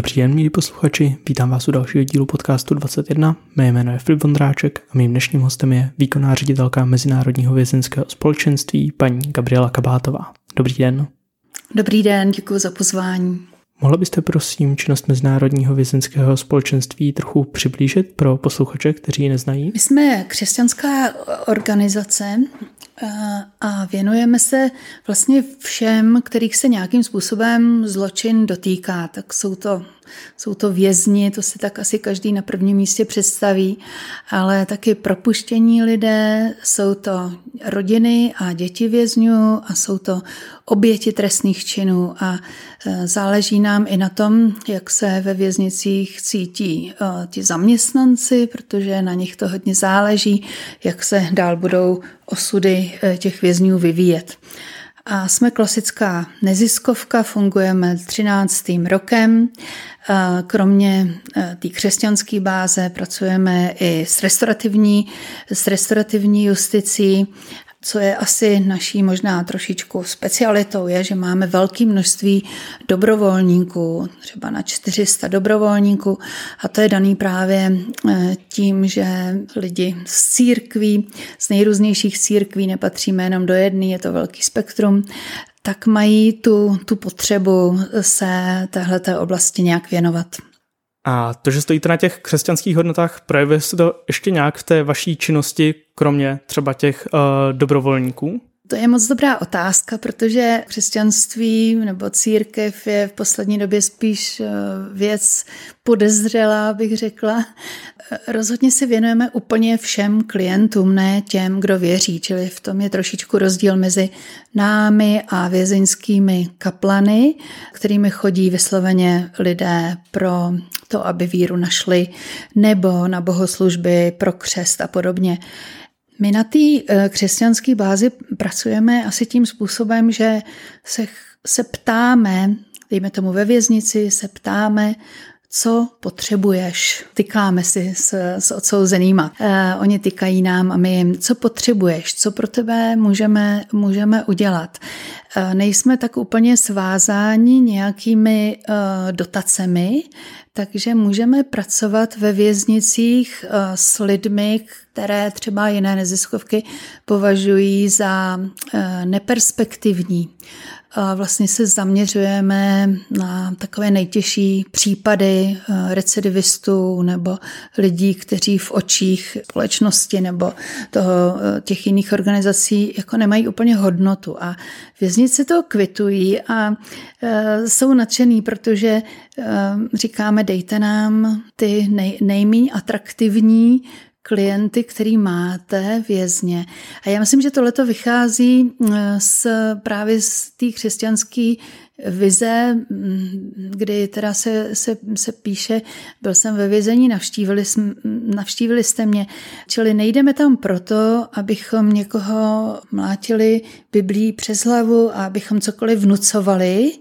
Dobrý den, milí posluchači, vítám vás u dalšího dílu podcastu 21. Mé jméno je Filip Vondráček a mým dnešním hostem je výkonná ředitelka Mezinárodního vězeňského společenství paní Gabriela Kabátová. Dobrý den. Dobrý den, děkuji za pozvání. Mohla byste prosím činnost Mezinárodního vězeňského společenství trochu přiblížit pro posluchače, kteří ji neznají? My jsme křesťanská organizace a věnujeme se vlastně všem, kterých se nějakým způsobem zločin dotýká. Tak jsou to vězni, to si tak asi každý na prvním místě představí, ale taky propuštění lidé, jsou to rodiny a děti vězňů a jsou to oběti trestných činů a záleží nám i na tom, jak se ve věznicích cítí ti zaměstnanci, protože na nich to hodně záleží, jak se dál budou osudy těch vězňů vyvíjet. A jsme klasická neziskovka, fungujeme 13. rokem. Kromě té křesťanské báze pracujeme i s restaurativní justicí. Co je asi naší možná trošičku specialitou, je, že máme velké množství dobrovolníků, třeba na 400 dobrovolníků, a to je daný právě tím, že lidi z církví, z nejrůznějších církví, nepatříme jenom do jedné, je to velký spektrum, tak mají tu potřebu se téhleté oblasti nějak věnovat. A to, že stojíte na těch křesťanských hodnotách, projevuje se to ještě nějak v té vaší činnosti, kromě třeba těch dobrovolníků? To je moc dobrá otázka, protože křesťanství nebo církev je v poslední době spíš věc podezřelá, bych řekla. Rozhodně se věnujeme úplně všem klientům, ne těm, kdo věří, čili v tom je trošičku rozdíl mezi námi a vězeňskými kaplany, kterými chodí vysloveně lidé pro to, aby víru našli, nebo na bohoslužby pro křest a podobně. My na té křesťanské bázi pracujeme asi tím způsobem, že se ptáme, dejme tomu ve věznici, se ptáme, co potřebuješ. Tykáme si s odsouzenýma. Oni tykají nám a my jim, co potřebuješ, co pro tebe můžeme udělat. Nejsme tak úplně svázáni nějakými dotacemi, takže můžeme pracovat ve věznicích s lidmi, které třeba jiné neziskovky považují za neperspektivní. Vlastně se zaměřujeme na takové nejtěžší případy recidivistů nebo lidí, kteří v očích společnosti nebo těch jiných organizací jako nemají úplně hodnotu. A věznice to kvitují a jsou nadšený, protože říkáme, dejte nám ty nejméně atraktivní klienty, který máte vězně. A já myslím, že tohleto vychází právě z té křesťanské vize, kdy teda se píše, byl jsem ve vězení, navštívili jste mě. Čili nejdeme tam proto, abychom někoho mlátili Biblií přes hlavu a abychom cokoliv vnucovali,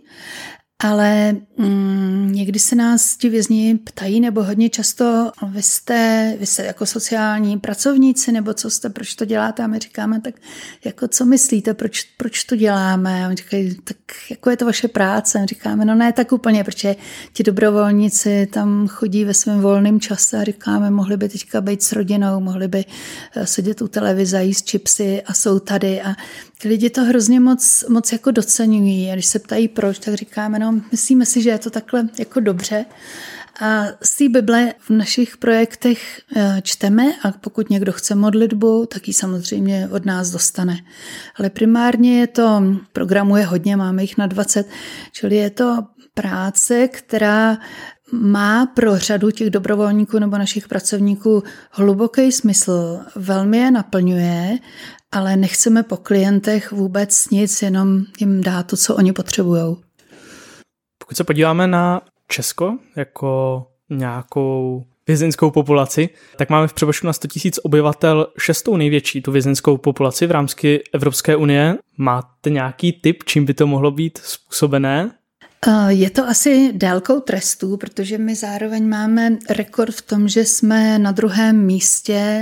ale někdy se nás ti vězni ptají, nebo hodně často, vy jste jako sociální pracovníci, nebo co jste, proč to děláte? A my říkáme, tak jako co myslíte, proč to děláme? A oni říkají, tak jako je to vaše práce? A říkáme, no ne, tak úplně, protože ti dobrovolníci tam chodí ve svém volném čase a říkáme, mohli by teďka být s rodinou, mohli by sedět u televize, jíst čipsy a jsou tady a ty lidi to hrozně moc jako doceňují a když se ptají proč, tak říkáme, no myslíme si, že je to takhle jako dobře. A z té Bible v našich projektech čteme a pokud někdo chce modlitbu, tak ji samozřejmě od nás dostane. Ale primárně programu je hodně, máme jich na 20, čili je to práce, která má pro řadu těch dobrovolníků nebo našich pracovníků hluboký smysl, velmi je naplňuje, ale nechceme po klientech vůbec nic, jenom jim dát to, co oni potřebujou. Pokud se podíváme na Česko jako nějakou vězeňskou populaci, tak máme v přepočtu na 100 000 obyvatel 6. největší tu vězeňskou populaci v rámci Evropské unie. Máte nějaký tip, čím by to mohlo být způsobené? Je to asi délkou trestů, protože my zároveň máme rekord v tom, že jsme na 2. místě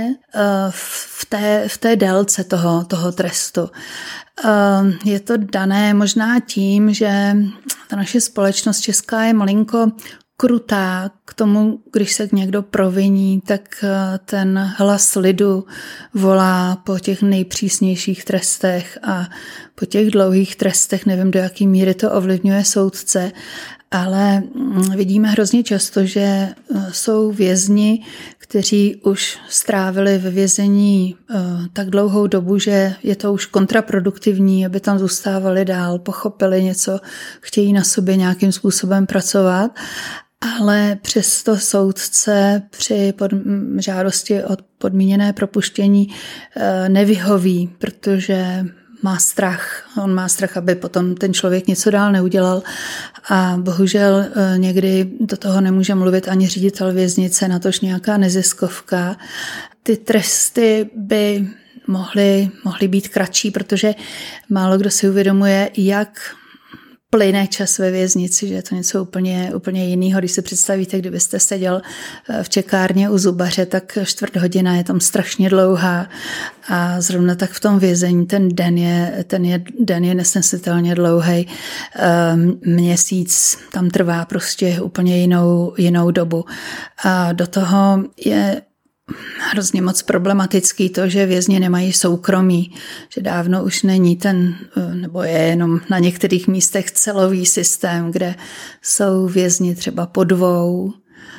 v té délce toho trestu. Je to dané možná tím, že ta naše společnost česká je malinko krutá k tomu, když se někdo proviní, tak ten hlas lidu volá po těch nejpřísnějších trestech a po těch dlouhých trestech, nevím, do jaký míry to ovlivňuje soudce, ale vidíme hrozně často, že jsou vězni, kteří už strávili ve vězení tak dlouhou dobu, že je to už kontraproduktivní, aby tam zůstávali dál, pochopili něco, chtějí na sobě nějakým způsobem pracovat, ale přesto soudce při žádosti o podmíněné propuštění nevyhoví, protože má strach. On má strach, aby potom ten člověk něco dál neudělal a bohužel někdy do toho nemůže mluvit ani ředitel věznice, natož nějaká neziskovka. Ty tresty by mohly být kratší, protože málo kdo si uvědomuje, jak plyne čas ve věznici, že je to něco úplně jiného. Když si představíte, kdybyste seděl v čekárně u zubaře, tak 1/4 hodina je tam strašně dlouhá a zrovna tak v tom vězení ten den je nesnesitelně dlouhý. Měsíc tam trvá prostě úplně jinou dobu. A do toho je hrozně moc problematický to, že vězni nemají soukromí, že dávno už není nebo je jenom na některých místech celový systém, kde jsou vězni třeba po 2,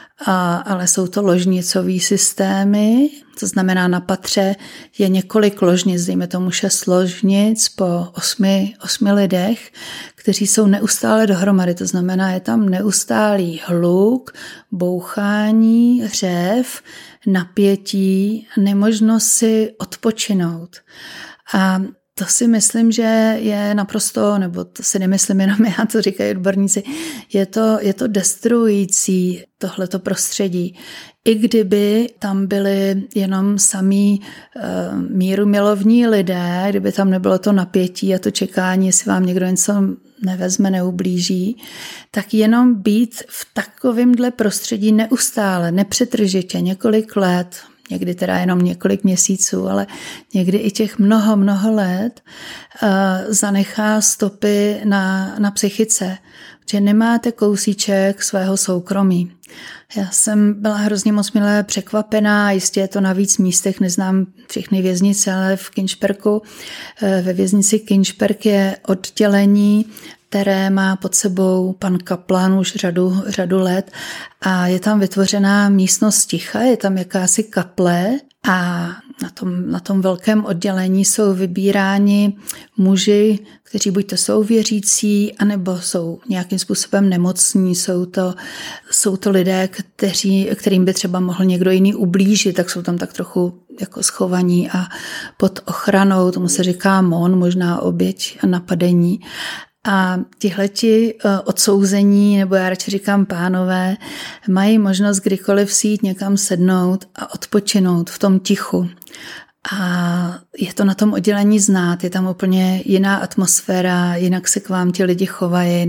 ale jsou to ložnicový systémy, to znamená na patře je několik ložnic, dejme tomu 6 ložnic po 8 lidech, kteří jsou neustále dohromady, to znamená je tam neustálý hluk, bouchání, řev, napětí, nemožnost si odpočinout. A to si myslím, že je naprosto, nebo to si nemyslím jenom já, to říkají odborníci, je to destruující tohleto prostředí. I kdyby tam byli jenom samí mírumilovní lidé, kdyby tam nebylo to napětí a to čekání, jestli vám někdo něco nevezme, neublíží, tak jenom být v takovémhle prostředí neustále, nepřetržitě, několik let, někdy teda jenom několik měsíců, ale někdy i těch mnoho let zanechá stopy na psychice, že nemáte kousíček svého soukromí. Já jsem byla hrozně moc milé překvapená, jistě je to na víc místech, neznám všechny věznice, ale v Kinšperku, ve věznici Kinšperk je oddělení, které má pod sebou pan kaplan už řadu let a je tam vytvořená místnost ticha, je tam jakási kaple a na tom velkém oddělení jsou vybíráni muži, kteří buď to jsou věřící, anebo jsou nějakým způsobem nemocní, jsou to lidé, kterým by třeba mohl někdo jiný ublížit, tak jsou tam tak trochu jako schovaní a pod ochranou, tomu se říká mon, možná oběť a napadení. A tihleti odsouzení, nebo já radši říkám pánové, mají možnost kdykoliv si jít někam sednout a odpočinout v tom tichu. A je to na tom oddělení znát, je tam úplně jiná atmosféra, jinak se k vám ti lidi chovají,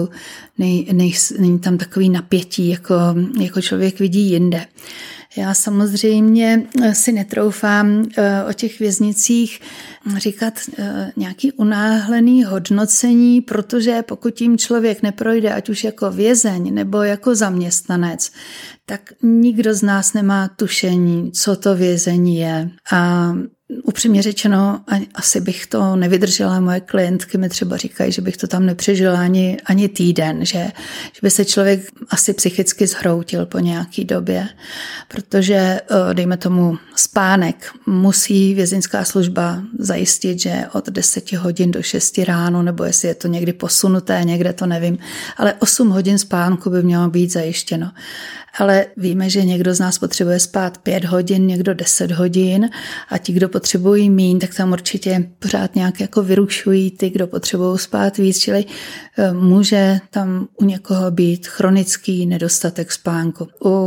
není tam takový napětí, jako člověk vidí jinde. Já samozřejmě si netroufám o těch věznicích říkat nějaký unáhlený hodnocení, protože pokud tím člověk neprojde, ať už jako vězeň nebo jako zaměstnanec, tak nikdo z nás nemá tušení, co to vězení je. A upřímně řečeno, asi bych to nevydržela. Moje klientky mi třeba říkají, že bych to tam nepřežila ani týden, že by se člověk asi psychicky zhroutil po nějaký době, protože, dejme tomu, spánek musí vězeňská služba zajistit, že od 10 hodin do 6 ráno, nebo jestli je to někdy posunuté, někde to nevím, ale 8 hodin spánku by mělo být zajištěno. Ale víme, že někdo z nás potřebuje spát 5 hodin, někdo 10 hodin a ti, kdo potřebují míň, tak tam určitě pořád nějak jako vyrušují ty, kdo potřebují spát víc, čili může tam u někoho být chronický nedostatek spánku. U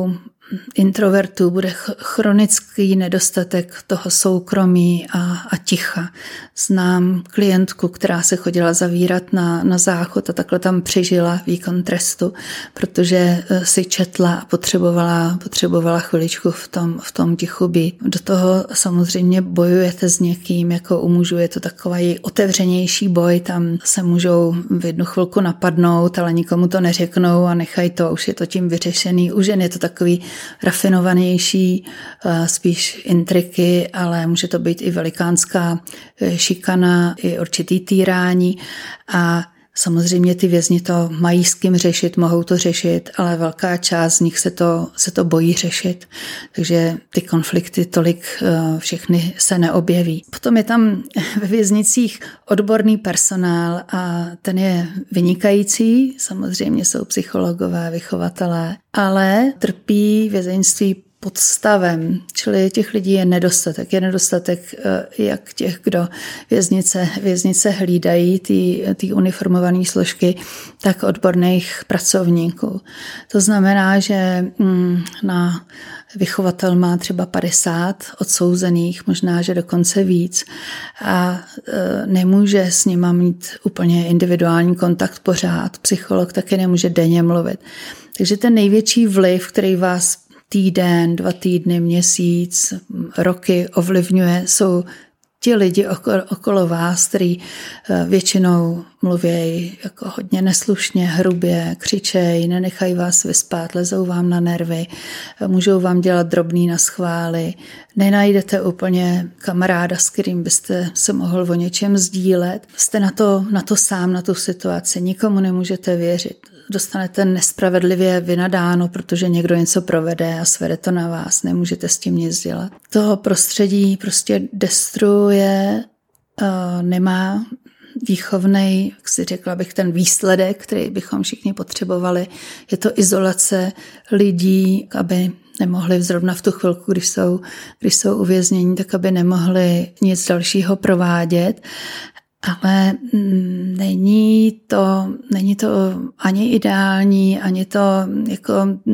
introvertů bude chronický nedostatek toho soukromí a ticha. Znám klientku, která se chodila zavírat na záchod a takhle tam přežila výkon trestu, protože si četla a potřebovala chviličku v tom tichu být. Do toho samozřejmě bojujete s někým, jako u mužů je to takový otevřenější boj, tam se můžou v jednu chvilku napadnout, ale nikomu to neřeknou a nechají to, už je to tím vyřešený. U žen je to takový rafinovanější, spíš intriky, ale může to být i velikánská šikana, i určitý týrání a samozřejmě ty vězni to mají s kým řešit, mohou to řešit, ale velká část z nich se to bojí řešit. Takže ty konflikty tolik všechny se neobjeví. Potom je tam ve věznicích odborný personál a ten je vynikající. Samozřejmě jsou psychologové, vychovatelé, ale trpí vězeňství pod stavem, čili těch lidí je nedostatek. Je nedostatek jak těch, kdo věznice hlídají, ty uniformované složky, tak odborných pracovníků. To znamená, že na vychovatel má třeba 50 odsouzených, možná, že dokonce víc a nemůže s nima mít úplně individuální kontakt pořád. Psycholog taky nemůže denně mluvit. Takže ten největší vliv, který vás týden, 2 týdny, měsíc, roky ovlivňuje, jsou ti lidi okolo vás, kteří většinou mluví jako hodně neslušně, hrubě, křičejí, nenechají vás vyspat, lezou vám na nervy, můžou vám dělat drobný naschvály, nenajdete úplně kamaráda, s kterým byste se mohl o něčem sdílet. Jste na to sám, na tu situaci, nikomu nemůžete věřit. Dostanete nespravedlivě vynadáno, protože někdo něco provede a svede to na vás, nemůžete s tím nic dělat. To prostředí prostě destruuje, nemá výchovnej, jak si řekla bych, ten výsledek, který bychom všichni potřebovali. Je to izolace lidí, aby nemohli zrovna v tu chvilku, když jsou uvěznění, tak aby nemohli nic dalšího provádět. Ale není to ani ideální, ani to jako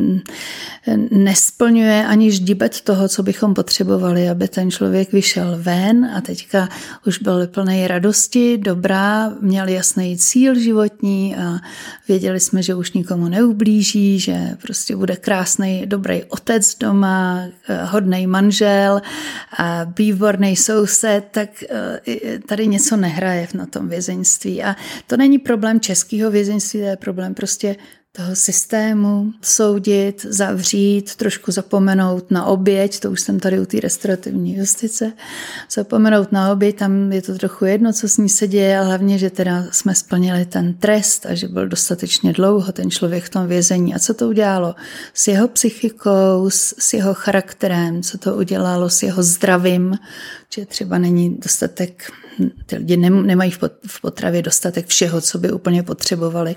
nesplňuje ani ždíbet toho, co bychom potřebovali, aby ten člověk vyšel ven a teďka už byl plný radosti, dobrá, měl jasný cíl životní a věděli jsme, že už nikomu neublíží, že prostě bude krásný, dobrý otec doma, hodnej manžel a výborný soused, tak tady něco nehraje na tom vězeňství. A to není problém českého vězeňství, to je problém prostě toho systému, soudit, zavřít, trošku zapomenout na oběť, to už jsem tady u té restaurativní justice, zapomenout na oběť, tam je to trochu jedno, co s ní se děje, ale hlavně, že teda jsme splnili ten trest a že byl dostatečně dlouho ten člověk v tom vězení. A co to udělalo s jeho psychikou, s jeho charakterem, co to udělalo s jeho zdravím, že třeba není dostatek, ty lidi nemají v potravě dostatek všeho, co by úplně potřebovali,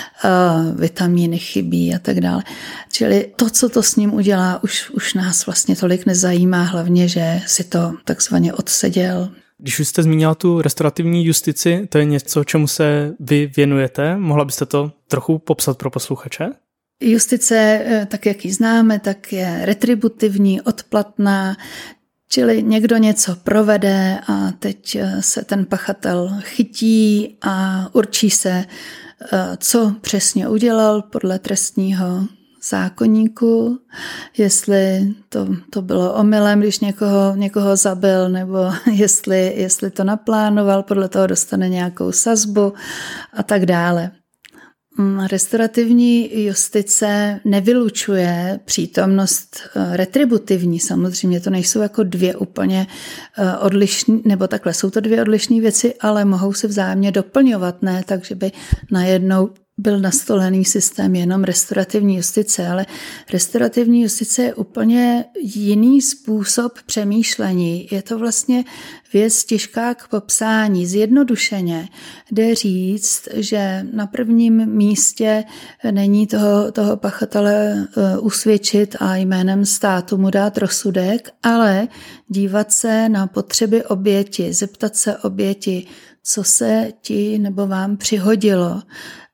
vitamíny chybí a tak dále. Čili to, co to s ním udělá, už nás vlastně tolik nezajímá, hlavně, že si to takzvaně odseděl. Když už jste zmínila tu restaurativní justici, to je něco, čemu se vy věnujete? Mohla byste to trochu popsat pro posluchače? Justice, tak jak ji známe, tak je retributivní, odplatná, čili někdo něco provede a teď se ten pachatel chytí a určí se, co přesně udělal podle trestního zákoníku, jestli to bylo omylem, když někoho zabil, nebo jestli to naplánoval, podle toho dostane nějakou sazbu a tak dále. Restaurativní justice nevylučuje přítomnost retributivní. Samozřejmě to nejsou jako dvě úplně odlišné, nebo takhle jsou to dvě odlišné věci, ale mohou se vzájemně doplňovat, ne takže by najednou byl nastolený systém jenom restaurativní justice, ale restaurativní justice je úplně jiný způsob přemýšlení. Je to vlastně věc těžká k popsání. Zjednodušeně jde říct, že na prvním místě není toho pachatele usvědčit a jménem státu mu dát rozsudek, ale dívat se na potřeby oběti, zeptat se oběti, co se ti nebo vám přihodilo,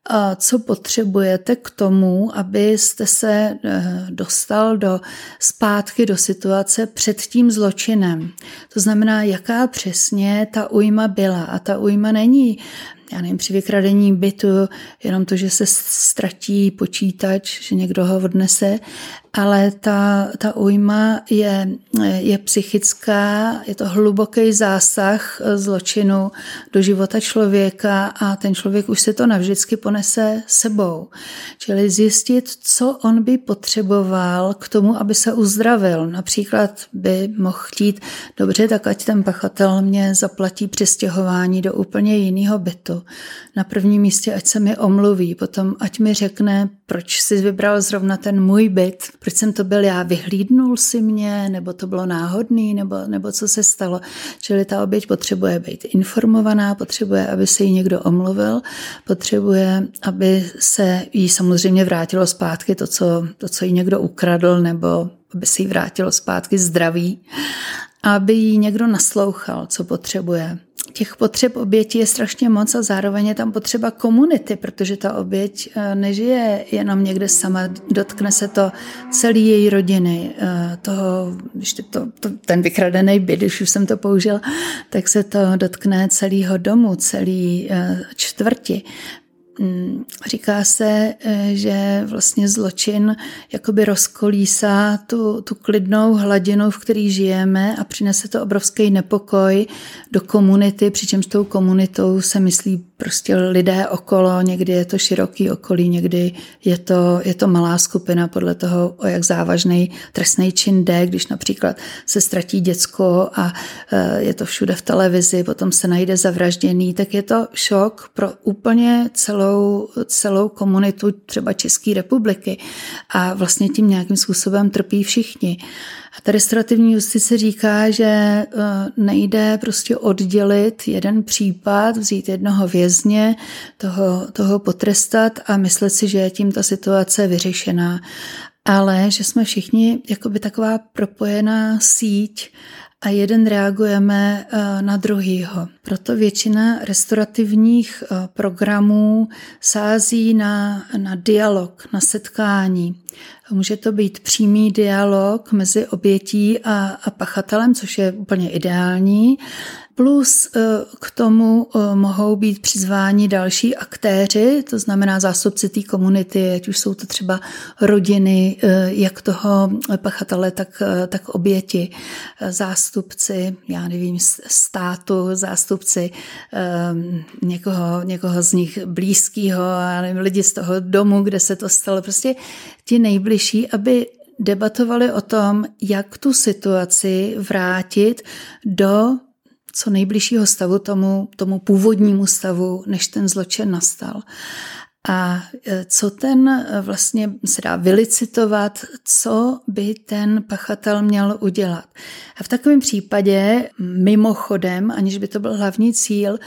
co potřebujete k tomu, abyste se dostal zpátky do situace před tím zločinem. To znamená, jaká přesně ta újma byla. A ta újma není, já nevím, při vykradení bytu jenom to, že se ztratí počítač, že někdo ho odnese, ale ta újma je psychická, je to hluboký zásah zločinu do života člověka a ten člověk už se to navždycky ponese sebou. Čili zjistit, co on by potřeboval k tomu, aby se uzdravil. Například by mohl chtít, dobře, tak ať ten pachatel mě zaplatí přestěhování do úplně jiného bytu. Na prvním místě ať se mi omluví, potom ať mi řekne, proč si vybral zrovna ten můj byt, proč jsem to byl já, vyhlídnul si mě, nebo to bylo náhodný, nebo co se stalo. Čili ta oběť potřebuje být informovaná, potřebuje, aby se jí někdo omluvil, potřebuje, aby se jí samozřejmě vrátilo zpátky to, co jí někdo ukradl, nebo aby se jí vrátilo zpátky zdraví, aby jí někdo naslouchal, co potřebuje. Těch potřeb oběti je strašně moc a zároveň je tam potřeba komunity, protože ta oběť nežije jenom někde sama, dotkne se to celé její rodiny, ten vykradený byt, když už jsem to použila, tak se to dotkne celého domu, celý čtvrti. Říká se, že vlastně zločin jakoby rozkolísá tu klidnou hladinu, v které žijeme a přinese to obrovský nepokoj do komunity, přičemž tou komunitou se myslí prostě lidé okolo, někdy je to široký okolí, někdy je to malá skupina podle toho, o jak závažný trestný čin jde, když například se ztratí děcko a je to všude v televizi, potom se najde zavražděný, tak je to šok pro úplně celou komunitu třeba České republiky a vlastně tím nějakým způsobem trpí všichni. A ta restaurativní justice říká, že nejde prostě oddělit jeden případ, vzít jednoho vězně, toho potrestat a myslet si, že je tím ta situace vyřešená, ale že jsme všichni jakoby taková propojená síť a jeden reagujeme na druhýho. Proto většina restaurativních programů sází na dialog, na setkání. Může to být přímý dialog mezi obětí a pachatelem, což je úplně ideální. Plus k tomu mohou být přizváni další aktéři, to znamená zástupci té komunity, ať už jsou to třeba rodiny, jak toho pachatele, tak oběti, zástupci, já nevím, státu, zástupci někoho z nich blízkého, lidi z toho domu, kde se to stalo, prostě ti nejbližší, aby debatovali o tom, jak tu situaci vrátit do co nejbližšího stavu, tomu původnímu stavu, než ten zločin nastal. A co ten vlastně se dá vylicitovat, co by ten pachatel měl udělat. A v takovém případě mimochodem, aniž by to byl hlavní cíl,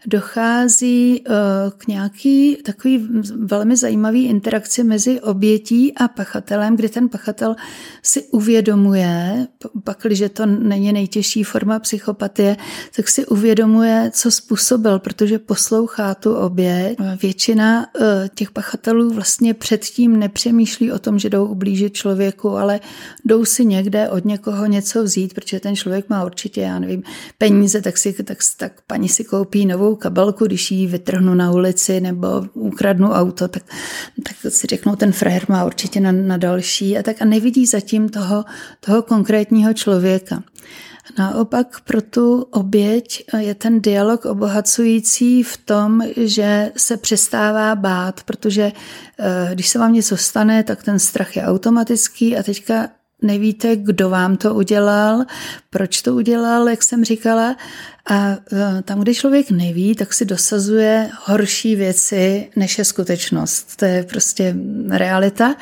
dochází k nějaký takový velmi zajímavý interakci mezi obětí a pachatelem, kdy ten pachatel si uvědomuje, pakliže to není nejtěžší forma psychopatie, tak si uvědomuje, co způsobil, protože poslouchá tu oběť. Většina těch pachatelů vlastně předtím nepřemýšlí o tom, že jdou ublížit člověku, ale jdou si někde od někoho něco vzít, protože ten člověk má určitě, já nevím, peníze, tak paní si koupí novou kabelku, když ji vytrhnu na ulici nebo ukradnu auto, tak si řeknou, ten frajer má určitě na další a nevidí zatím toho konkrétního člověka. Naopak pro tu oběť je ten dialog obohacující v tom, že se přestává bát, protože když se vám něco stane, tak ten strach je automatický a teďka nevíte, kdo vám to udělal, proč to udělal, jak jsem říkala. A tam, kde člověk neví, tak si dosazuje horší věci, než je skutečnost. To je prostě realita.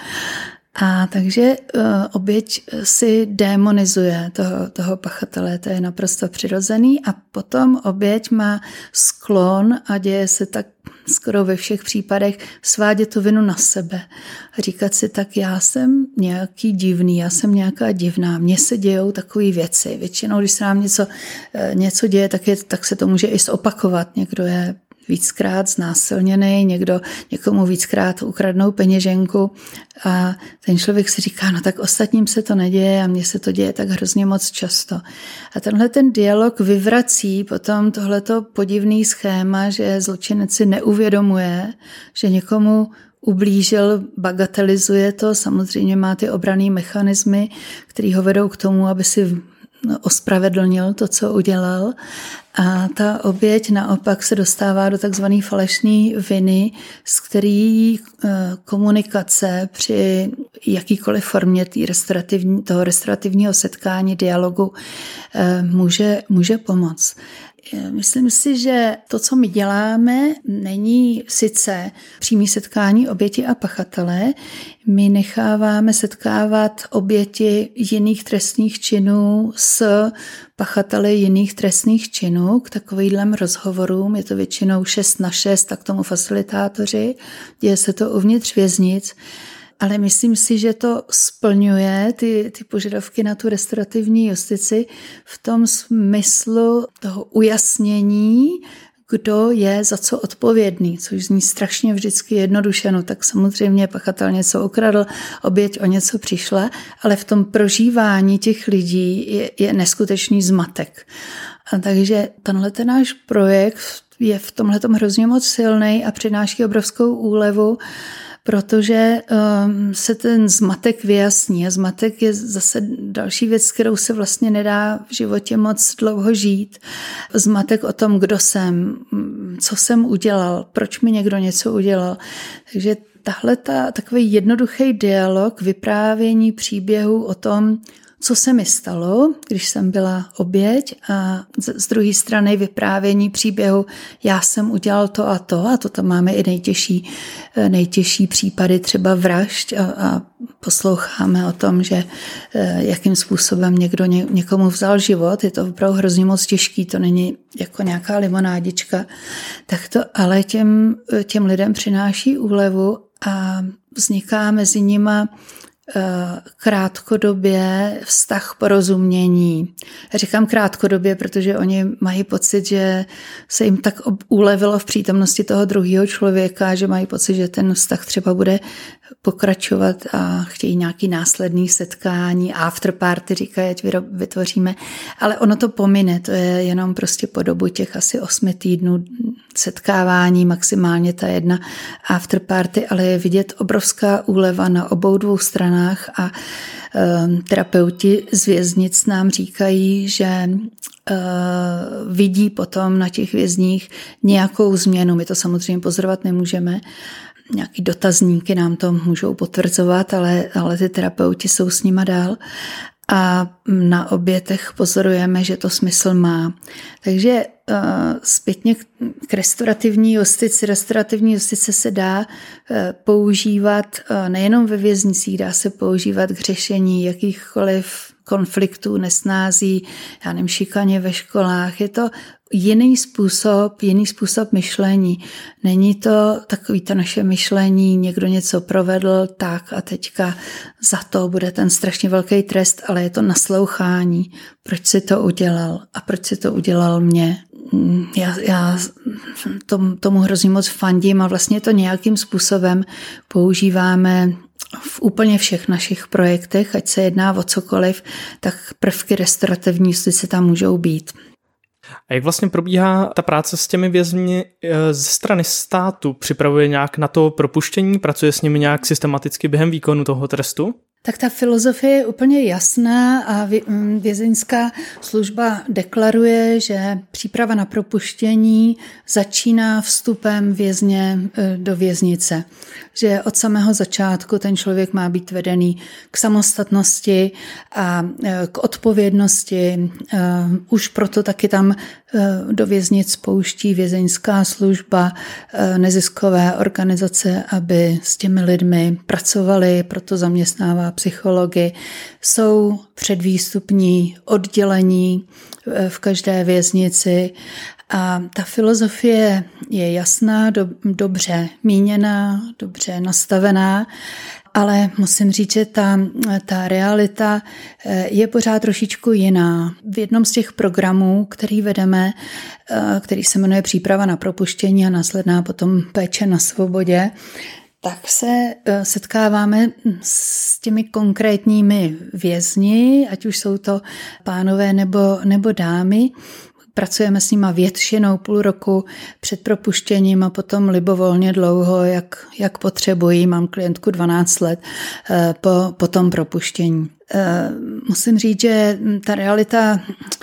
A takže oběť si démonizuje toho pachatele, to je naprosto přirozený a potom oběť má sklon a děje se tak skoro ve všech případech svádět tu vinu na sebe a říkat si tak, já jsem nějaký divný, já jsem nějaká divná, mně se dějou takové věci. Většinou, když se nám něco děje, tak se to může i zopakovat. Někdo je víckrát znásilněný, někomu víckrát ukradnou peněženku a ten člověk si říká, no tak ostatním se to neděje a mně se to děje tak hrozně moc často. A tenhle ten dialog vyvrací potom tohleto podivný schéma, že zločinec si neuvědomuje, že někomu ublížil, bagatelizuje to, samozřejmě má ty obranné mechanismy, které ho vedou k tomu, aby si ospravedlnil to, co udělal. A ta oběť naopak se dostává do takzvané falešné viny, z který komunikace při jakýkoliv formě toho restaurativního setkání, dialogu může pomoct. Myslím si, že to, co my děláme, není sice přímé setkání oběti a pachatele. My necháváme setkávat oběti jiných trestných činů s pachateli jiných trestných činů k takovým rozhovorům. Je to většinou 6x6, tak tomu facilitátoři. Děje se to uvnitř věznic. Ale myslím si, že to splňuje ty požadavky na tu restaurativní justici v tom smyslu toho ujasnění, kdo je za co odpovědný, což zní strašně vždycky jednoduše. No tak samozřejmě pachatel něco ukradl, oběť o něco přišla, ale v tom prožívání těch lidí je neskutečný zmatek. A takže tenhle náš projekt je v tomhletom hrozně moc silný a přináší obrovskou úlevu, protože se ten zmatek vyjasní. A zmatek je zase další věc, kterou se vlastně nedá v životě moc dlouho žít. Zmatek o tom, kdo jsem, co jsem udělal, proč mi někdo něco udělal. Takže takový jednoduchý dialog, vyprávění příběhu o tom, co se mi stalo, když jsem byla oběť, a z druhé strany vyprávění příběhu, já jsem udělal to a to tam máme i nejtěžší případy třeba vražd a posloucháme o tom, že jakým způsobem někdo někomu vzal život, je to opravdu hrozně moc těžký, to není jako nějaká limonádička, tak to ale těm lidem přináší úlevu a vzniká mezi nima krátkodobě vztah porozumění. Já říkám krátkodobě, protože oni mají pocit, že se jim tak ulevilo v přítomnosti toho druhého člověka, že mají pocit, že ten vztah třeba bude pokračovat a chtějí nějaký následný setkání, afterparty, říkají, ať vytvoříme. Ale ono to pomine, to je jenom prostě po dobu těch asi 8 týdnů setkávání, maximálně ta jedna afterparty, ale je vidět obrovská úleva na obou dvou stranách a terapeuti z věznic nám říkají, že vidí potom na těch vězních nějakou změnu. My to samozřejmě pozorovat nemůžeme, nějaký dotazníky nám to můžou potvrzovat, ale ty terapeuti jsou s nima dál. A na obětech pozorujeme, že to smysl má. Takže zpětně k restaurativní justici. Restaurativní justice se dá používat nejenom ve věznicích, dá se používat k řešení jakýchkoliv konfliktů, nesnází, já nevím, šikaně ve školách. Je to jiný způsob myšlení. Není to takový to naše myšlení, někdo něco provedl, tak a teďka za to bude ten strašně velký trest, ale je to naslouchání. Proč si to udělal a proč si to udělal mě? Já tomu hrozně moc fandím a vlastně to nějakým způsobem používáme v úplně všech našich projektech, ať se jedná o cokoliv, tak prvky restaurativní justice tam můžou být. A jak vlastně probíhá ta práce s těmi vězni ze strany státu? Připravuje nějak na to propuštění? Pracuje s nimi nějak systematicky během výkonu toho trestu? Tak ta filozofie je úplně jasná a vězeňská služba deklaruje, že příprava na propuštění začíná vstupem vězně do věznice. Že od samého začátku ten člověk má být vedený k samostatnosti a k odpovědnosti. Už proto taky tam do věznic pouští vězeňská služba, neziskové organizace, aby s těmi lidmi pracovali, proto zaměstnává psychologi. Jsou předvýstupní oddělení v každé věznici a ta filozofie je jasná, dobře míněná, dobře nastavená ale musím říct, že ta realita je pořád trošičku jiná. V jednom z těch programů, který vedeme, který se jmenuje Příprava na propuštění a následná potom péče na svobodě, tak se setkáváme s těmi konkrétními vězni, ať už jsou to pánové nebo dámy. Pracujeme s nima většinou půl roku před propuštěním a potom libovolně dlouho, jak potřebují. Mám klientku 12 let po tom propuštění. Musím říct, že ta realita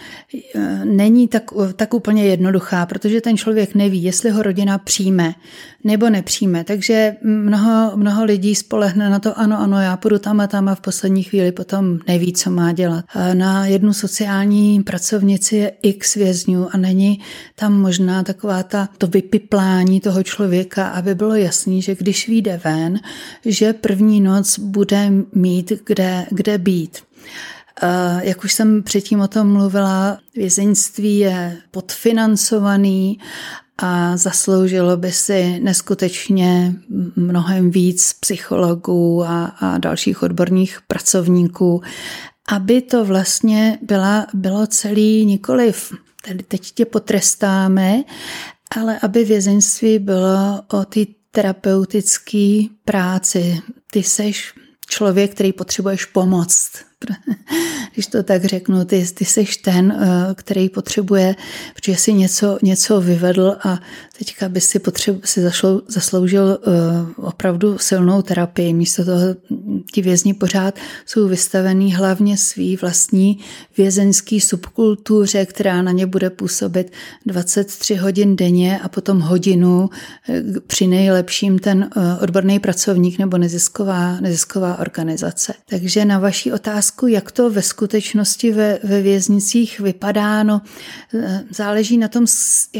není tak úplně jednoduchá, protože ten člověk neví, jestli ho rodina přijme nebo nepřijme. Takže mnoho lidí spolehne na to, ano, já půjdu tam a v poslední chvíli potom neví, co má dělat. Na jednu sociální pracovnici je x vězňů a není tam možná taková to vypiplání toho člověka, aby bylo jasný, že když vyjde ven, že první noc bude mít kde být. Jak už jsem předtím o tom mluvila, vězeňství je podfinancovaný a zasloužilo by si neskutečně mnohem víc psychologů a dalších odborných pracovníků, aby to vlastně bylo celý nikoliv, teď tě potrestáme, ale aby vězeňství bylo o té terapeutické práci. Ty seš člověk, který potřebuješ pomoct. Když to tak řeknu, ty seš ten, který potřebuje, protože si něco vyvedl a teďka by si zasloužil opravdu silnou terapii. Místo toho ti vězni pořád jsou vystavený hlavně svý vlastní vězeňský subkultuře, která na ně bude působit 23 hodin denně a potom hodinu při nejlepším ten odborný pracovník nebo nezisková organizace. Takže na vaši otázku, jak to ve skutečnosti ve věznicích vypadá, no, záleží na tom,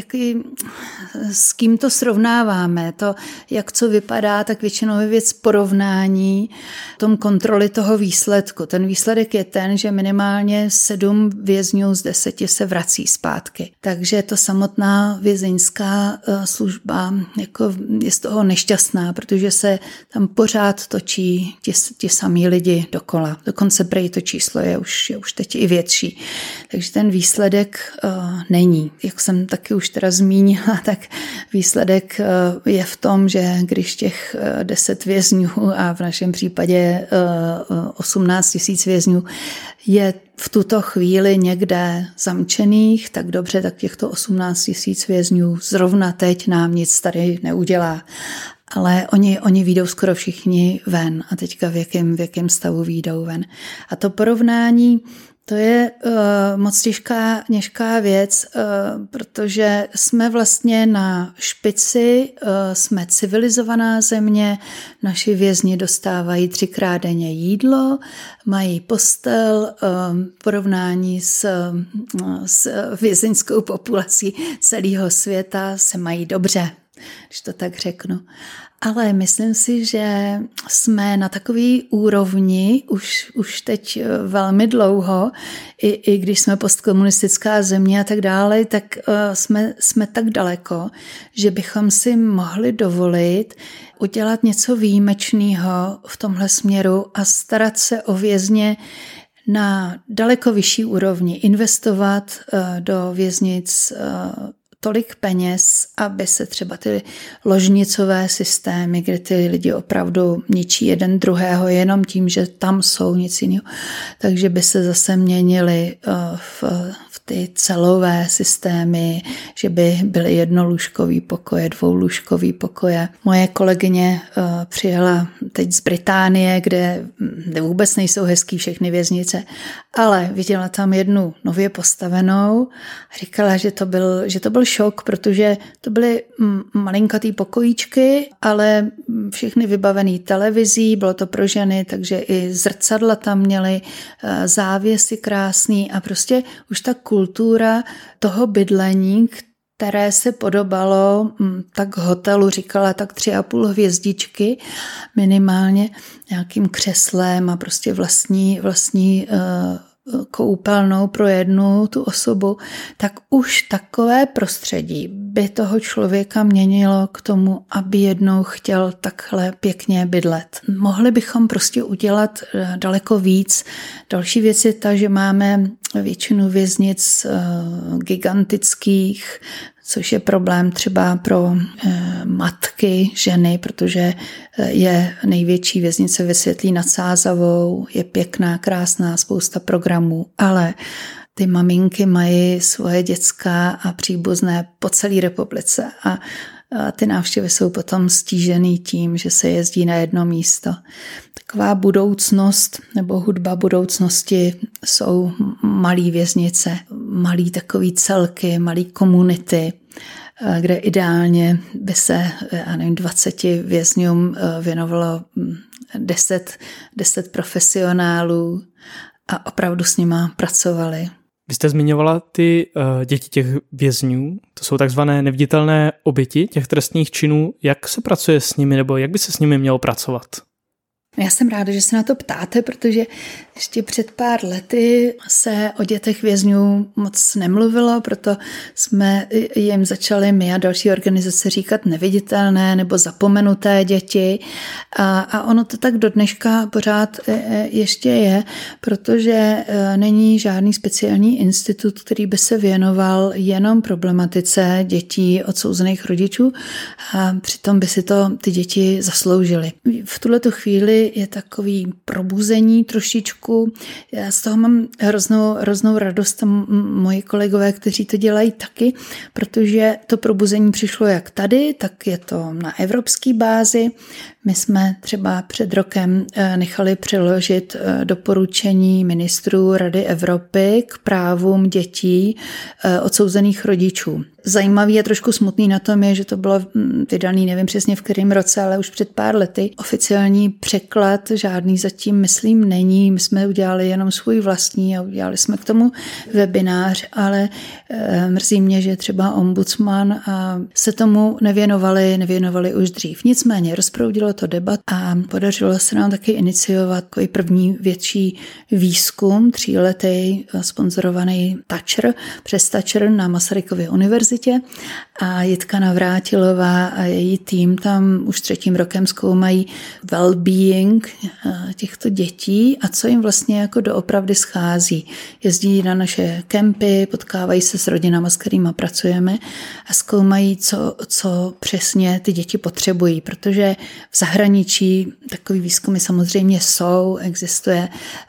s kým to srovnáváme. To, jak co vypadá, tak většinou je věc porovnání tom kontroly toho výsledku. Ten výsledek je ten, že minimálně 7 vězňů z 10 se vrací zpátky. Takže to samotná vězeňská služba jako je z toho nešťastná, protože se tam pořád točí ti samí lidi dokola. Dokonce prej to číslo je už teď i větší. Takže ten výsledek není. Jak jsem taky už teda zmínila, tak výsledek je v tom, že když těch 10 vězňů a v našem případě 18 000 vězňů je v tuto chvíli někde zamčených, tak dobře, tak těchto 18 000 vězňů zrovna teď nám nic tady neudělá. Ale oni vyjdou skoro všichni ven a teďka v jakém stavu vyjdou ven. A to porovnání, to je moc těžká věc, protože jsme vlastně na špici, jsme civilizovaná země, naši vězni dostávají 3krát denně jídlo, mají postel, porovnání s vězeňskou populací celého světa se mají dobře, když to tak řeknu. Ale myslím si, že jsme na takový úrovni už teď velmi dlouho, i když jsme postkomunistická země a tak dále, tak jsme tak daleko, že bychom si mohli dovolit udělat něco výjimečného v tomhle směru a starat se o vězně na daleko vyšší úrovni, investovat do věznic tolik peněz, aby se třeba ty ložnicové systémy, kde ty lidi opravdu ničí jeden druhého jenom tím, že tam jsou nic jiného, takže by se zase měnily v ty celové systémy, že by byly jednolůžkový pokoje, dvoulůžkový pokoje. Moje kolegyně přijela teď z Británie, kde vůbec nejsou hezký všechny věznice, ale viděla tam jednu nově postavenou a říkala, že to byl šok, protože to byly malinkatý pokojíčky, ale všechny vybavený televizí, bylo to pro ženy, takže i zrcadla tam měly, závěsy krásný a prostě už ta kultura toho bydlení, které se podobalo tak hotelu, říkala tak 3,5 hvězdičky minimálně, nějakým křeslem a prostě vlastní koupelnou pro jednu tu osobu, tak už takové prostředí by toho člověka měnilo k tomu, aby jednou chtěl takhle pěkně bydlet. Mohli bychom prostě udělat daleko víc. Další věc je ta, že máme většinu věznic gigantických, což je problém třeba pro matky, ženy, protože je největší věznice ve Světlí nad Sázavou, je pěkná, krásná, spousta programů, ale ty maminky mají svoje děcka a příbuzné po celé republice a ty návštěvy jsou potom stížený tím, že se jezdí na jedno místo. Taková budoucnost nebo hudba budoucnosti jsou malý věznice, malý takový celky, malý komunity, kde ideálně by se 20 vězňům věnovalo 10 profesionálů a opravdu s nima pracovali. Vy jste zmiňovala ty děti těch vězňů, to jsou takzvané neviditelné oběti těch trestných činů. Jak se pracuje s nimi, nebo jak by se s nimi mělo pracovat? Já jsem ráda, že se na to ptáte, protože ještě před pár lety se o dětech vězňů moc nemluvilo, proto jsme jim začali my a další organizace říkat neviditelné nebo zapomenuté děti. A ono to tak do dneška pořád ještě je, protože není žádný speciální institut, který by se věnoval jenom problematice dětí odsouzených rodičů a přitom by si to ty děti zasloužily. V tuhletu chvíli je takový probuzení trošičku. Já z toho mám hroznou radost a moji kolegové, kteří to dělají taky, protože to probuzení přišlo jak tady, tak je to na evropské bázi. My jsme třeba před rokem nechali přeložit doporučení ministrů Rady Evropy k právům dětí odsouzených rodičů. Zajímavý a trošku smutný na tom je, že to bylo vydaný, nevím přesně v kterém roce, ale už před pár lety. Oficiální překlad žádný zatím, myslím, není. My jsme udělali jenom svůj vlastní a udělali jsme k tomu webinář, ale mrzí mě, že třeba ombudsman se tomu nevěnovali už dřív. Nicméně rozproudilo to debat a podařilo se nám taky iniciovat takový první větší výzkum, 3letý sponzorovaný přes Thatcher na Masarykově univerzitě a Jitka Navrátilová a její tým tam už 3. rokem zkoumají well-being těchto dětí a co jim vlastně jako doopravdy schází. Jezdí na naše kempy, potkávají se s rodinama, s kterými pracujeme a zkoumají, co přesně ty děti potřebují, protože v zahraničí takový výzkumy samozřejmě jsou, existuje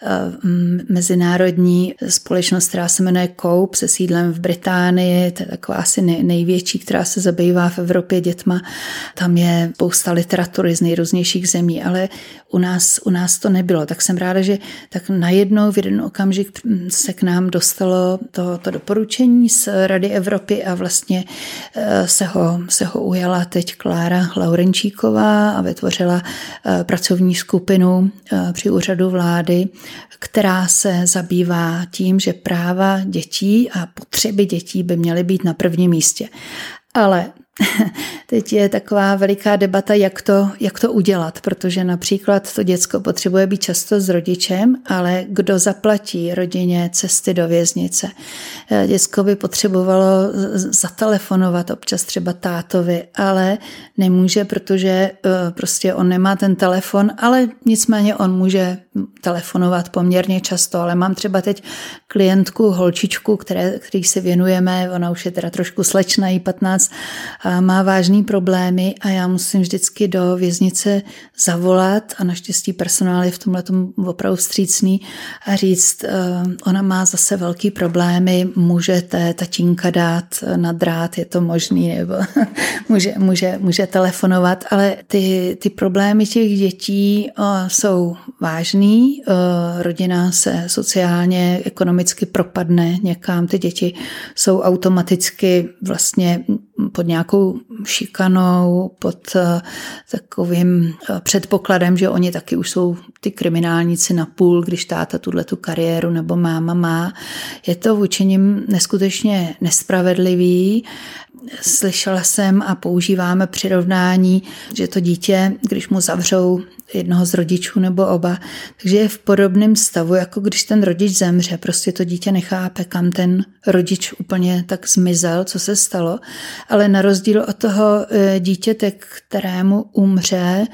mezinárodní společnost, která se jmenuje COPE se sídlem v Británii, to je taková asi největší, která se zabývá v Evropě dětma. Tam je spousta literatury z nejrůznějších zemí, ale u nás to nebylo. Tak jsem ráda, že tak najednou v jeden okamžik se k nám dostalo to doporučení z Rady Evropy a vlastně se ho ujala teď Klára Laurenčíková a vytvořila pracovní skupinu při úřadu vlády, která se zabývá tím, že práva dětí a potřeby dětí by měly být na prvním místě. Ale teď je taková veliká debata, jak to udělat, protože například to děcko potřebuje být často s rodičem, ale kdo zaplatí rodině cesty do věznice? Děcko by potřebovalo zatelefonovat občas třeba tátovi, ale nemůže, protože prostě on nemá ten telefon, ale nicméně on může telefonovat poměrně často, ale mám třeba teď klientku, holčičku, který se věnujeme, ona už je teda trošku slečna, jí 15, a má vážný problémy a já musím vždycky do věznice zavolat a naštěstí personál je v tomhletom opravdu vstřícný a říct, ona má zase velký problémy, můžete tatínka dát na drát, je to možný, nebo může telefonovat, ale ty problémy těch dětí jsou vážný, rodina se sociálně, ekonomicky propadne někam, ty děti jsou automaticky vlastně pod nějakou šikanou, pod takovým předpokladem, že oni taky už jsou ty kriminálníci na půl, když táta tu kariéru nebo máma má. Je to vůči nim neskutečně nespravedlivý. Slyšela jsem a používáme přirovnání, že to dítě, když mu zavřou jednoho z rodičů nebo oba, takže je v podobném stavu, jako když ten rodič zemře. Prostě to dítě nechápe, kam ten rodič úplně tak zmizel, co se stalo, ale na rozdíl od toho dítěte, kterému umře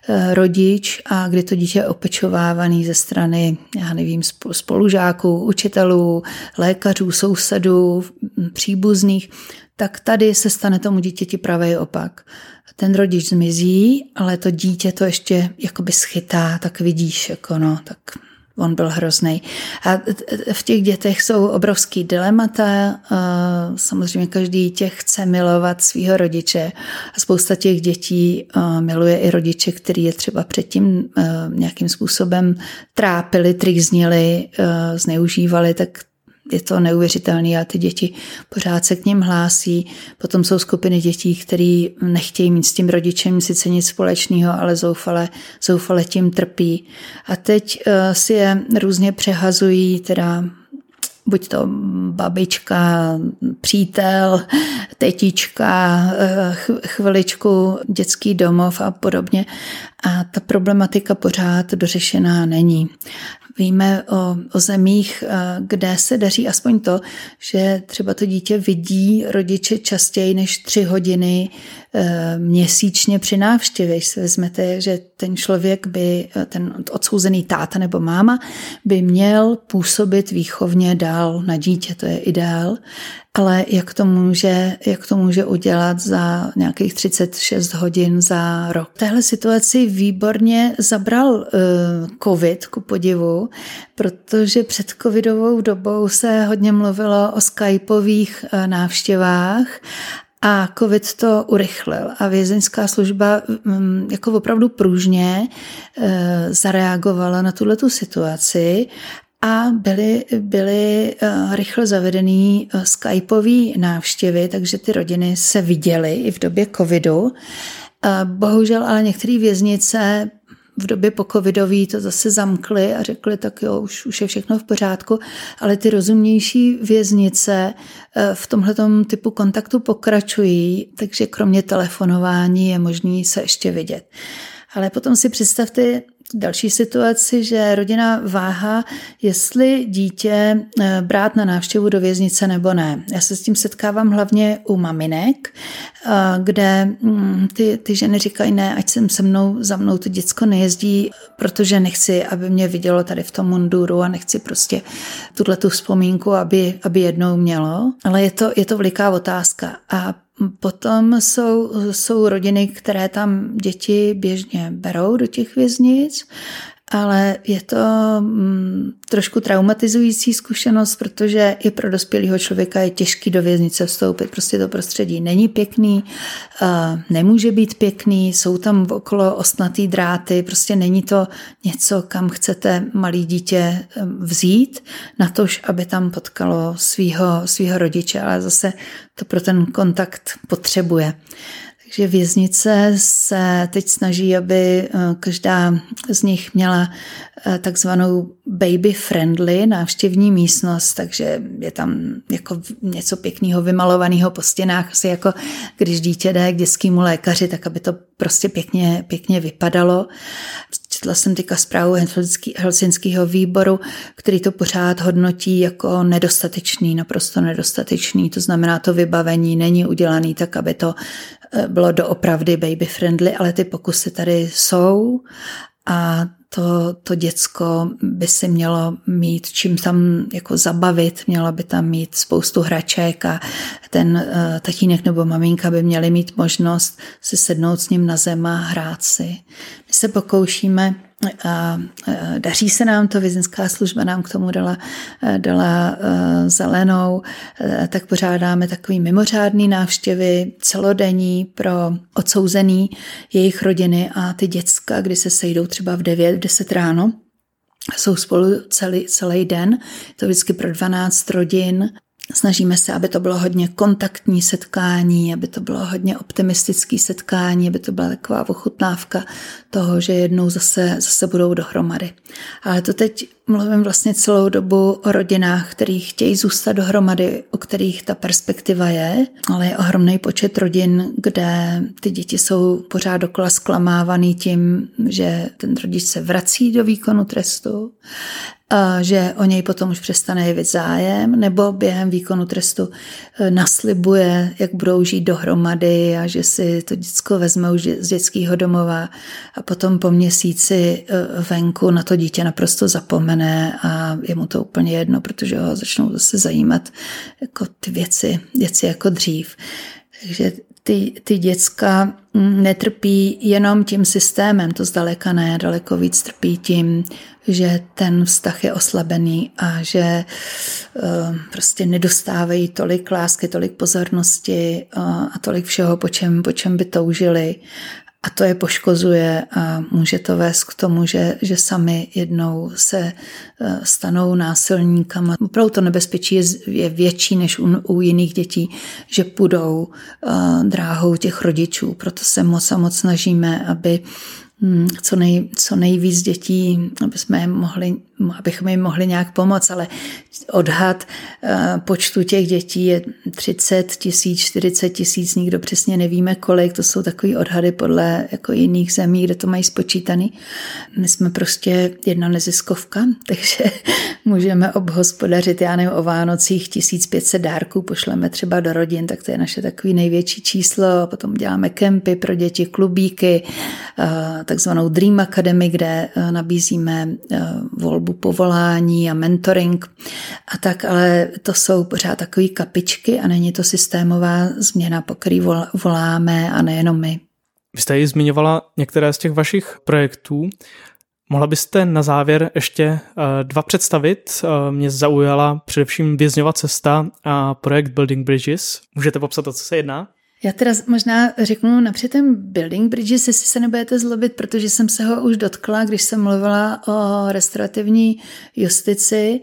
rodič a kdy to dítě je opečovávaný ze strany, já nevím, spolužáků, učitelů, lékařů, sousedů, příbuzných, tak tady se stane tomu dítěti pravý opak. Ten rodič zmizí, ale to dítě to ještě jakoby schytá, tak vidíš, jako no, tak on byl hroznej. A v těch dětech jsou obrovský dilemata. Samozřejmě každý dítě chce milovat svého rodiče a spousta těch dětí miluje i rodiče, který je třeba předtím nějakým způsobem trápili, trýznili, zneužívali, tak je to neuvěřitelné a ty děti pořád se k nim hlásí. Potom jsou skupiny dětí, které nechtějí mít s tím rodičem sice nic společného, ale zoufale tím trpí. A teď si je různě přehazují, teda buď to babička, přítel, tetička, chviličku dětský domov a podobně. A ta problematika pořád dořešená není. Víme o zemích, kde se daří aspoň to, že třeba to dítě vidí rodiče častěji než 3 hodiny měsíčně při návštěvě. Když si vezmete, že ten člověk by, ten odsouzený táta nebo máma by měl působit výchovně dál na dítě, to je ideál, ale jak to může udělat za nějakých 36 hodin za rok. V téhle situaci výborně zabral covid, ku podivu, protože před covidovou dobou se hodně mluvilo o skypových návštěvách a covid to urychlil a vězeňská služba jako opravdu pružně zareagovala na tuhletu situaci a byly rychle zavedený skypový návštěvy, takže ty rodiny se viděly i v době covidu. Bohužel ale některé věznice v době pocovidové to zase zamkly a řekli, tak jo, už je všechno v pořádku, ale ty rozumnější věznice v tomhletom typu kontaktu pokračují, takže kromě telefonování je možný se ještě vidět. Ale potom si představte další situaci, že rodina váhá, jestli dítě brát na návštěvu do věznice nebo ne. Já se s tím setkávám hlavně u maminek, kde ty ženy říkají, ne, ať sem za mnou to děcko nejezdí, protože nechci, aby mě vidělo tady v tom munduru a nechci prostě tuhletu vzpomínku, aby jednou mělo. Ale je to veliká otázka. A potom jsou rodiny, které tam děti běžně berou do těch věznic, ale je to trošku traumatizující zkušenost, protože i pro dospělého člověka je těžký do věznice vstoupit. Prostě to prostředí není pěkný, nemůže být pěkný, jsou tam okolo ostnatý dráty, prostě není to něco, kam chcete malý dítě vzít, natož, aby tam potkalo svýho rodiče, ale zase to pro ten kontakt potřebuje. Takže věznice se teď snaží, aby každá z nich měla takzvanou baby-friendly návštěvní místnost, takže je tam jako něco pěkného vymalovaného po stěnách, asi jako když dítě jde k dětskému lékaři, tak aby to prostě pěkně vypadalo. Četla jsem teďka zprávu Helsinského výboru, který to pořád hodnotí jako nedostatečný, naprosto nedostatečný. To znamená, to vybavení není udělané tak, aby to bylo doopravdy baby-friendly, ale ty pokusy tady jsou a to děcko by si mělo mít čím tam jako zabavit, mělo by tam mít spoustu hraček a ten tatínek nebo maminka by měli mít možnost si sednout s ním na zem a hrát si. My se pokoušíme a daří se nám to, vězeňská služba nám k tomu dala zelenou, tak pořádáme takový mimořádný návštěvy celodenní pro odsouzený jejich rodiny a ty děcka, kdy se sejdou třeba v 9-10 ráno, jsou spolu celý den, to vždycky pro 12 rodin. Snažíme se, aby to bylo hodně kontaktní setkání, aby to bylo hodně optimistické setkání, aby to byla taková ochutnávka toho, že jednou zase budou dohromady. Ale to teď mluvím vlastně celou dobu o rodinách, který chtějí zůstat dohromady, u kterých ta perspektiva je, ale je ohromný počet rodin, kde ty děti jsou pořád dokola zklamávaný tím, že ten rodič se vrací do výkonu trestu, a že o něj potom už přestane jevit zájem, nebo během výkonu trestu naslibuje, jak budou žít dohromady a že si to děcko vezme už z dětského domova a potom po měsíci venku na to dítě naprosto zapomene a je mu to úplně jedno, protože ho začnou zase zajímat jako ty věci jako dřív. Takže ty děcka netrpí jenom tím systémem, to zdaleka ne, daleko víc trpí tím, že ten vztah je oslabený a že prostě nedostávají tolik lásky, tolik pozornosti a tolik všeho, po čem by toužili. A to je poškozuje a může to vést k tomu, že sami jednou se stanou násilníkama. Opravdu to nebezpečí je větší než u jiných dětí, že půjdou dráhou těch rodičů. Proto se moc a moc snažíme, aby co nejvíc dětí, abychom jim mohli nějak pomoct, ale odhad počtu těch dětí je 30 000, 40 000, nikdo přesně nevíme kolik, to jsou takový odhady podle jako jiných zemí, kde to mají spočítaný. My jsme prostě jedna neziskovka, takže můžeme obhospodařit, já nevím, o Vánocích 1500 dárků pošleme třeba do rodin, tak to je naše takový největší číslo, potom děláme kempy pro děti, klubíky, takzvanou Dream Academy, kde nabízíme volbu povolání a mentoring a tak, ale to jsou pořád takové kapičky a není to systémová změna, po který voláme a nejenom my. Vy jste ji zmiňovala některé z těch vašich projektů. Mohla byste na závěr ještě dva představit? Mě zaujala především Vězňova cesta a projekt Building Bridges. Můžete popsat, o co se jedná? Já teda možná řeknu napřed ten Building Bridges, jestli se nebudete zlobit, protože jsem se ho už dotkla, když jsem mluvila o restaurativní justici.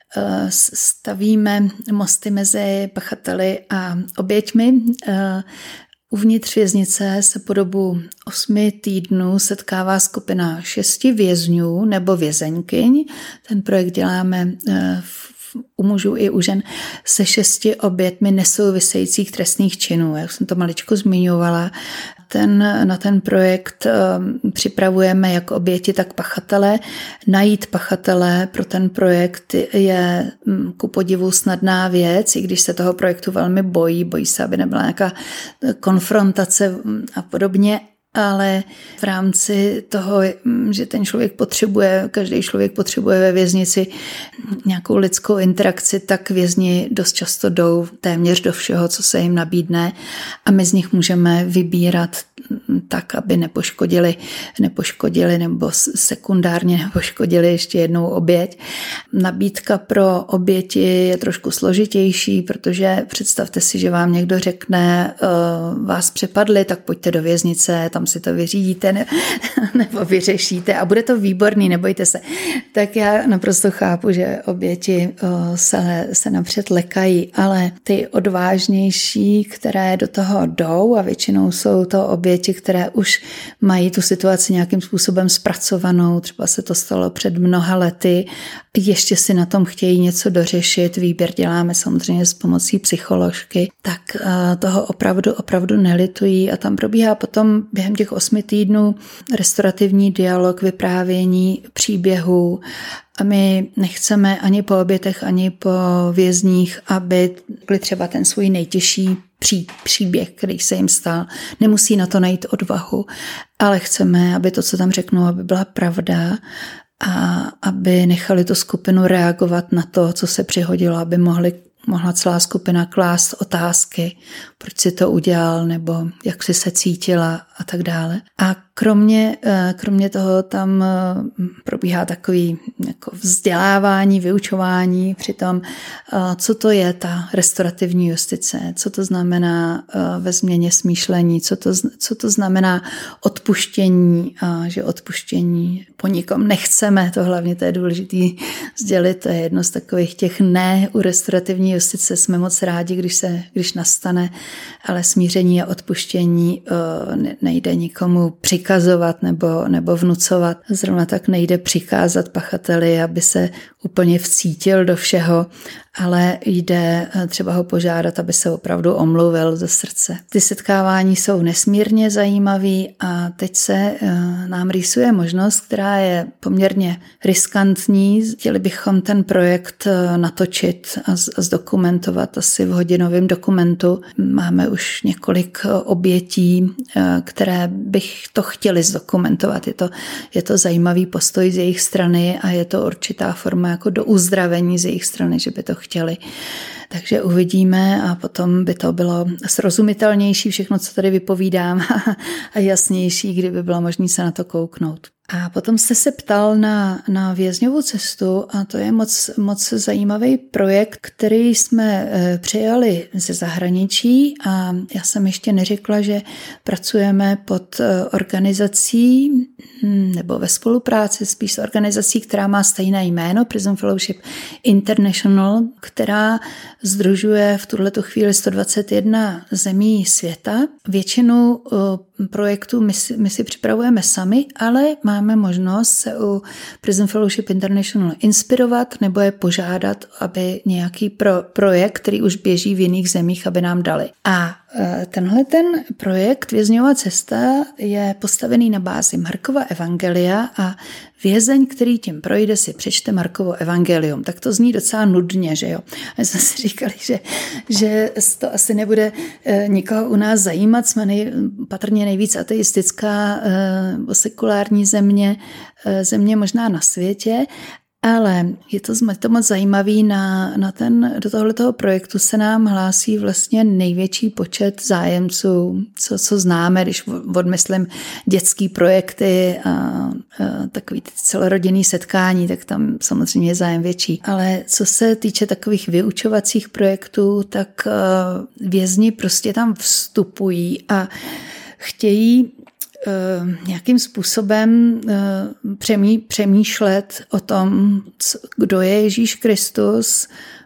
Stavíme mosty mezi pachateli a oběťmi. Uvnitř věznice se po dobu 8 týdnů setkává skupina 6 vězňů nebo vězeňkyň. Ten projekt děláme u mužů i u žen se 6 obětmi nesouvisejících trestných činů. Jak jsem to maličko zmiňovala, na ten projekt připravujeme jak oběti, tak pachatele. Najít pachatele pro ten projekt je ku podivu snadná věc, i když se toho projektu velmi bojí se, aby nebyla nějaká konfrontace a podobně, ale v rámci toho, že ten člověk každý člověk potřebuje ve věznici nějakou lidskou interakci, tak vězni dost často jdou téměř do všeho, co se jim nabídne a my z nich můžeme vybírat tak, aby nepoškodili nebo sekundárně nepoškodili ještě jednou oběť. Nabídka pro oběti je trošku složitější, protože představte si, že vám někdo řekne, vás přepadli, tak pojďte do věznice, tam si to vyřídíte nebo vyřešíte a bude to výborný, nebojte se. Tak já naprosto chápu, že oběti se napřed lekají, ale ty odvážnější, které do toho jdou a většinou jsou to oběti, které už mají tu situaci nějakým způsobem zpracovanou, třeba se to stalo před mnoha lety, ještě si na tom chtějí něco dořešit, výběr děláme samozřejmě s pomocí psycholožky, tak toho opravdu nelitují a tam probíhá potom během těch 8 týdnů restaurativní dialog, vyprávění příběhů a my nechceme ani po obětech, ani po vězních, aby byli třeba ten svůj nejtěžší příběh, který se jim stal. Nemusí na to najít odvahu, ale chceme, aby to, co tam řeknou, aby byla pravda a aby nechali tu skupinu reagovat na to, co se přihodilo, aby mohla celá skupina klást otázky, proč si to udělal, nebo jak si se cítila a tak dále. A kromě toho tam probíhá takový jako vzdělávání, vyučování při tom, co to je ta restaurativní justice, co to znamená ve změně smýšlení, co to znamená odpuštění, že odpuštění po nikom nechceme, to hlavně to je důležitý sdělit, to je jedno z takových těch ne u restaurativní justice, jsme moc rádi, když nastane, ale smíření a odpuštění nejde nikomu přikázat přikazovat nebo vnucovat. Zrovna tak nejde přikázat pachateli, aby se úplně vcítil do všeho, ale jde třeba ho požádat, aby se opravdu omluvil ze srdce. Ty setkávání jsou nesmírně zajímavý a teď se nám rýsuje možnost, která je poměrně riskantní. Chtěli bychom ten projekt natočit a zdokumentovat asi v hodinovém dokumentu. Máme už několik obětí, které bych to chtěli zdokumentovat. Je to zajímavý postoj z jejich strany a je to určitá forma jako do uzdravení z jejich strany, že by to chtěli. Takže uvidíme a potom by to bylo srozumitelnější všechno, co tady vypovídám a jasnější, kdyby bylo možné se na to kouknout. A potom jste se ptal na vězňovou cestu a to je moc zajímavý projekt, který jsme přijali ze zahraničí a já jsem ještě neřekla, že pracujeme pod organizací nebo ve spolupráci spíš s organizací, která má stejné jméno, Prison Fellowship International, která sdružuje v tuhletu chvíli 121 zemí světa. Většinu projektů my si připravujeme sami, ale máme možnost se u Prison Fellowship International inspirovat nebo je požádat, aby nějaký projekt, který už běží v jiných zemích, aby nám dali. A tenhle projekt Vězňová cesta je postavený na bázi Markova evangelia a vězeň, který tím projde, si přečte Markovo evangelium. Tak to zní docela nudně, že jo? A jsme si říkali, že to asi nebude nikoho u nás zajímat. Jsme patrně nejvíc ateistická sekulární země možná na světě. Ale je to moc zajímavý, do tohletoho projektu se nám hlásí vlastně největší počet zájemců, co známe, když odmyslím dětský projekty a takový celorodinný setkání, tak tam samozřejmě je zájem větší. Ale co se týče takových vyučovacích projektů, tak vězni prostě tam vstupují a chtějí nějakým způsobem přemýšlet o tom, kdo je Ježíš Kristus,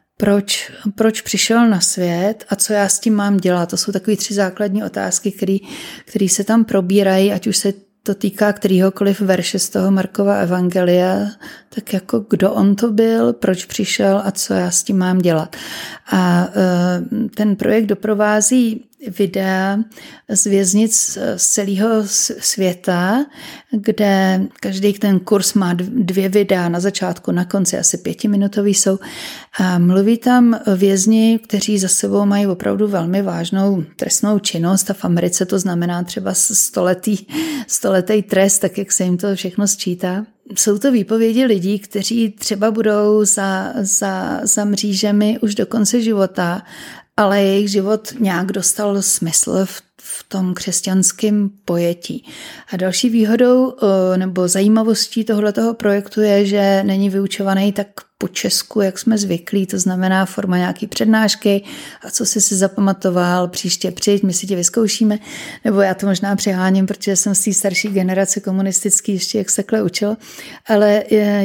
proč přišel na svět a co já s tím mám dělat. To jsou takové 3 základní otázky, které se tam probírají, ať už se to týká kterýhokoliv verše z toho Markova evangelia, tak jako kdo on to byl, proč přišel a co já s tím mám dělat. A ten projekt doprovází videa z věznic z celého světa, kde každý ten kurz má 2 videa na začátku, na konci, asi 5minutový jsou. A mluví tam vězni, kteří za sebou mají opravdu velmi vážnou trestnou činnost a v Americe to znamená třeba stoletý trest, tak jak se jim to všechno sčítá. Jsou to výpovědi lidí, kteří třeba budou za mřížemi už do konce života, ale jejich život nějak dostal smysl v tom křesťanském pojetí. A další výhodou nebo zajímavostí tohletoho projektu je, že není vyučovaný tak po česku, jak jsme zvyklí, to znamená forma nějaký přednášky a co jsi si zapamatoval, příště přijď, my si tě vyzkoušíme, nebo já to možná přeháním, protože jsem z té starší generace komunistický ještě jak se takhle učil, ale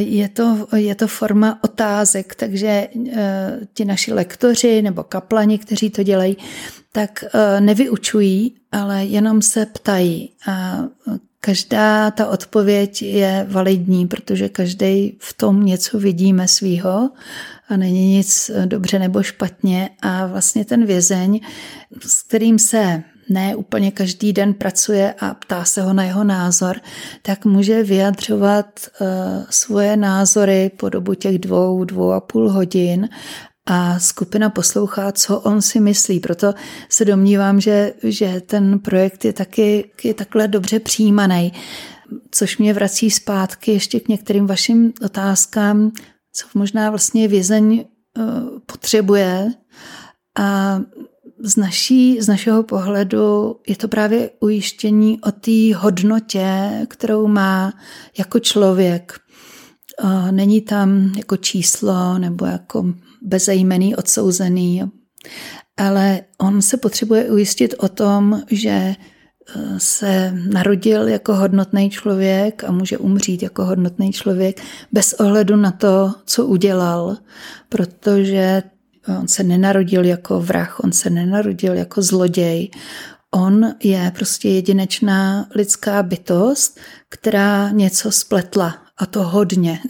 je to forma otázek, takže ti naši lektoři nebo kaplani, kteří to dělají, tak nevyučují, ale jenom se ptají a každá ta odpověď je validní, protože každý v tom něco vidíme svýho a není nic dobře nebo špatně a vlastně ten vězeň, s kterým se ne úplně každý den pracuje a ptá se ho na jeho názor, tak může vyjadřovat svoje názory po dobu těch 2,5 hodin a skupina poslouchá, co on si myslí. Proto se domnívám, že ten projekt je taky takhle dobře přijímaný, což mě vrací zpátky ještě k některým vašim otázkám, co možná vlastně vězeň potřebuje. A z našeho pohledu je to právě ujištění o té hodnotě, kterou má jako člověk. Není tam jako číslo nebo jako bezejmenný odsouzený, ale on se potřebuje ujistit o tom, že se narodil jako hodnotný člověk a může umřít jako hodnotný člověk bez ohledu na to, co udělal, protože on se nenarodil jako vrah, on se nenarodil jako zloděj, On je prostě jedinečná lidská bytost, která něco spletla, a to hodně.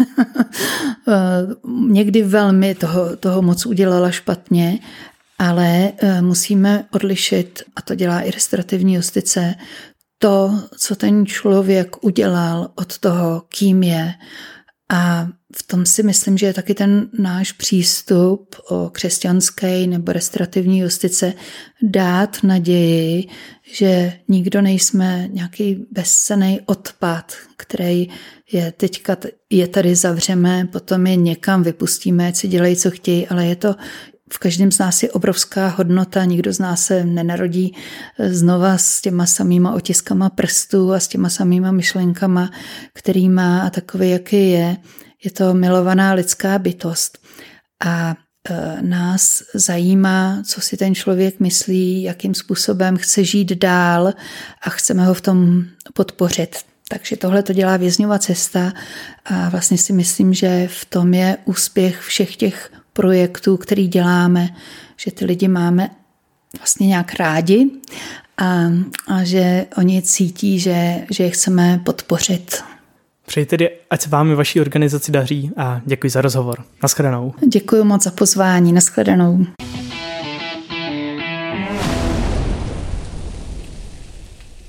Někdy velmi toho moc udělala špatně, ale musíme odlišit, a to dělá i restaurativní justice, to, co ten člověk udělal, od toho, kým je. A v tom si myslím, že je taky ten náš přístup o křesťanské nebo restaurativní justice dát naději, že nikdo nejsme nějaký bezcenný odpad, který je teďka je tady zavřeme, potom je někam vypustíme, ať si dělají, co chtějí, ale je to v každém z nás je obrovská hodnota, nikdo z nás se nenarodí znova s těma samýma otiskama prstů a s těma samýma myšlenkama, který má a takový, jaký je. Je to milovaná lidská bytost a nás zajímá, co si ten člověk myslí, jakým způsobem chce žít dál a chceme ho v tom podpořit. Takže tohle to dělá Vězňova cesta a vlastně si myslím, že v tom je úspěch všech těch projektů, který děláme, že ty lidi máme vlastně nějak rádi a že oni cítí, že je chceme podpořit. Přeji tedy, ať se vám i vaší organizaci daří a děkuji za rozhovor. Naschledanou. Děkuji moc za pozvání. Naschledanou.